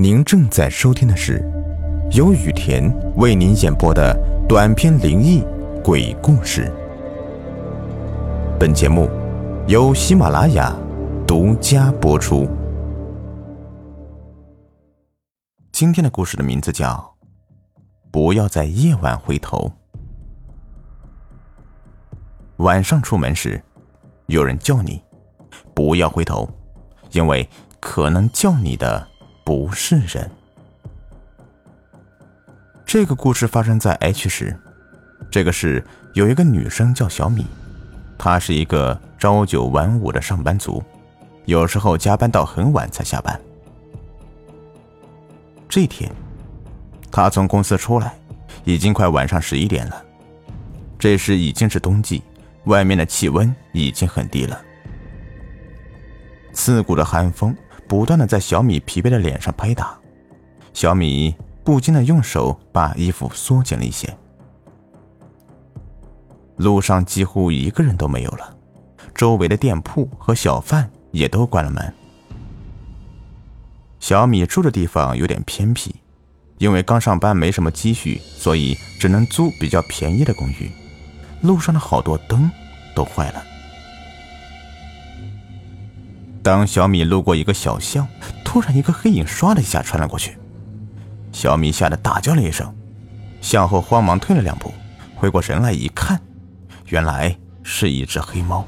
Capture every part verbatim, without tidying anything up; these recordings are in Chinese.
您正在收听的是由雨田为您演播的短篇灵异鬼故事。本节目由喜马拉雅独家播出。今天的故事的名字叫不要在夜晚回头。晚上出门时，有人叫你不要回头，因为可能叫你的不是人。这个故事发生在 H 市，这个市有一个女生叫小米，她是一个朝九晚五的上班族，有时候加班到很晚才下班。这天，她从公司出来，已经快晚上十一点了。这时已经是冬季，外面的气温已经很低了。刺骨的寒风不断地在小米疲惫的脸上拍打，小米不禁地用手把衣服缩紧了一些。路上几乎一个人都没有了，周围的店铺和小贩也都关了门。小米住的地方有点偏僻，因为刚上班没什么积蓄，所以只能租比较便宜的公寓。路上的好多灯都坏了。当小米路过一个小巷，突然一个黑影唰的一下穿了过去，小米吓得大叫了一声，向后慌忙退了两步，回过神来一看，原来是一只黑猫。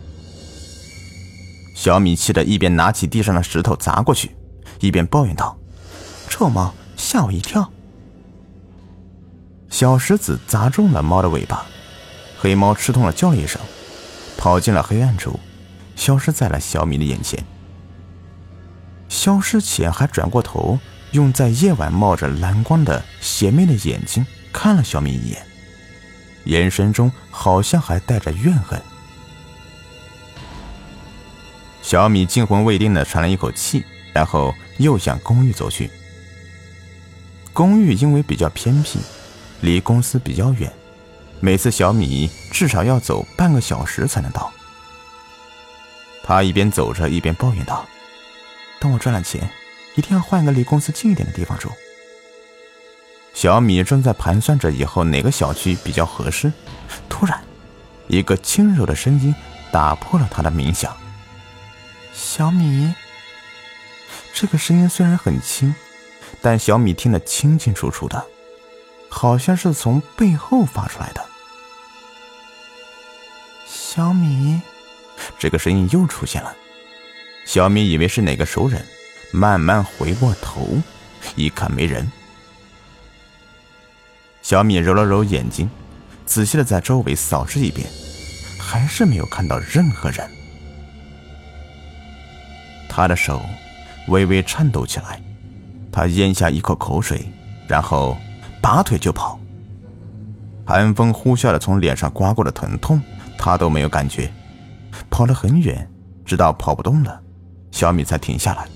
小米气得一边拿起地上的石头砸过去，一边抱怨道：臭猫，吓我一跳。小石子砸中了猫的尾巴，黑猫吃痛了叫了一声，跑进了黑暗处，消失在了小米的眼前。消失前还转过头，用在夜晚冒着蓝光的邪魅的眼睛看了小米一眼，眼神中好像还带着怨恨。小米惊魂未定地喘了一口气，然后又向公寓走去。公寓因为比较偏僻，离公司比较远，每次小米至少要走半个小时才能到。他一边走着一边抱怨道：等我赚了钱，一定要换个离公司近一点的地方住。小米正在盘算着以后哪个小区比较合适，突然一个轻柔的声音打破了他的冥想。小米。这个声音虽然很轻，但小米听得清清楚楚的，好像是从背后发出来的。小米。这个声音又出现了，小米以为是哪个熟人，慢慢回过头，一看没人。小米揉了揉眼睛，仔细的在周围扫视一遍，还是没有看到任何人。他的手微微颤抖起来，他咽下一口口水，然后拔腿就跑。寒风呼啸的从脸上刮过的疼痛他都没有感觉，跑了很远，直到跑不动了，小米才停下来。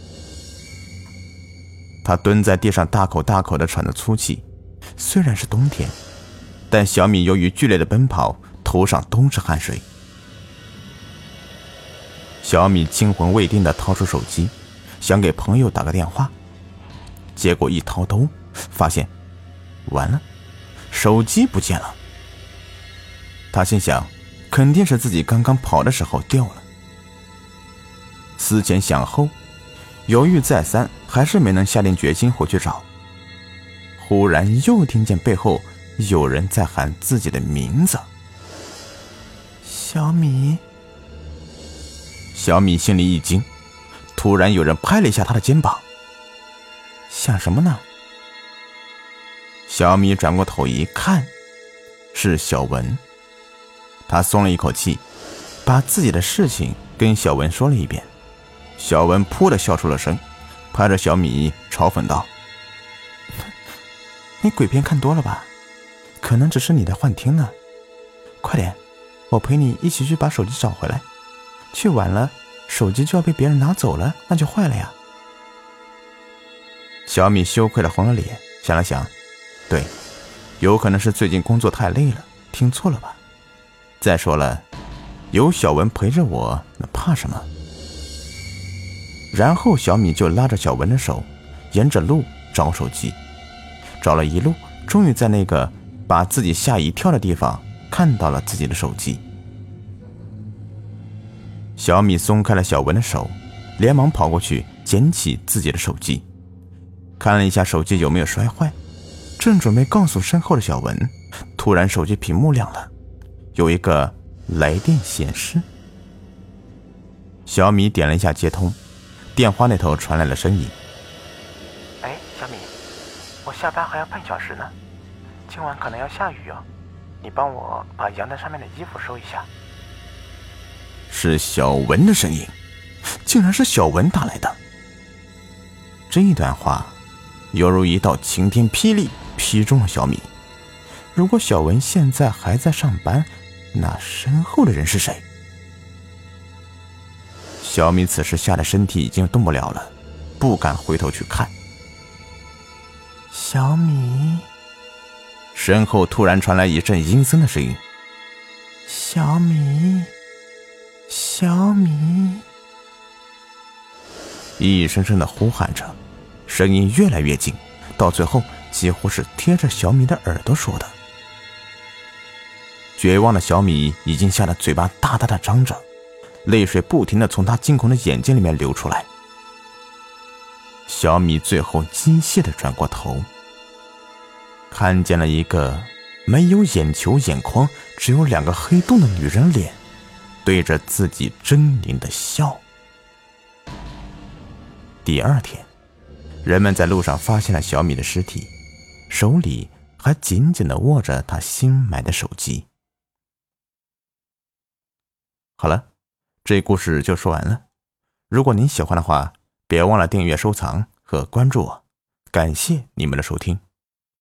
他蹲在地上大口大口地喘着粗气，虽然是冬天，但小米由于剧烈的奔跑，头上都是汗水。小米惊魂未定地掏出手机，想给朋友打个电话，结果一掏兜，发现完了，手机不见了。他心想，肯定是自己刚刚跑的时候掉了。思前想后，犹豫再三，还是没能下定决心回去找。忽然又听见背后有人在喊自己的名字：小米。小米心里一惊，突然有人拍了一下他的肩膀。想什么呢？小米转过头一看，是小文。他松了一口气，把自己的事情跟小文说了一遍。小文噗的笑出了声，拍着小米嘲讽道：你鬼片看多了吧，可能只是你的幻听呢。快点，我陪你一起去把手机找回来，去晚了手机就要被别人拿走了，那就坏了呀。小米羞愧的红了脸，想了想，对，有可能是最近工作太累了，听错了吧。再说了，有小文陪着我，那怕什么？然后小米就拉着小文的手， 沿着路找手机，找了一路，终于在那个把自己吓一跳的地方看到了自己的手机。小米松开了小文的手，连忙跑过去捡起自己的手机，看了一下手机有没有摔坏，正准备告诉身后的小文，突然手机屏幕亮了，有一个来电显示。小米点了一下接通，电话那头传来了声音： 哎，小米，我下班还要半小时呢，今晚可能要下雨哦，你帮我把阳台上面的衣服收一下。 是小文的声音，竟然是小文打来的。这一段话犹如一道晴天霹雳，劈中了小米。如果小文现在还在上班，那身后的人是谁？小米此时吓得身体已经动不了了，不敢回头去看。 小米， 身后突然传来一阵阴森的声音： 小米，小米， 一声声的呼喊着，声音越来越近，到最后几乎是贴着小米的耳朵说的。绝望的小米已经吓得嘴巴大大的张着，泪水不停地从他惊恐的眼睛里面流出来。小米最后机械地转过头，看见了一个没有眼球眼眶，只有两个黑洞的女人脸，对着自己狰狞的笑。第二天，人们在路上发现了小米的尸体，手里还紧紧地握着他新买的手机。好了，这故事就说完了。如果您喜欢的话，别忘了订阅、收藏和关注我。感谢你们的收听。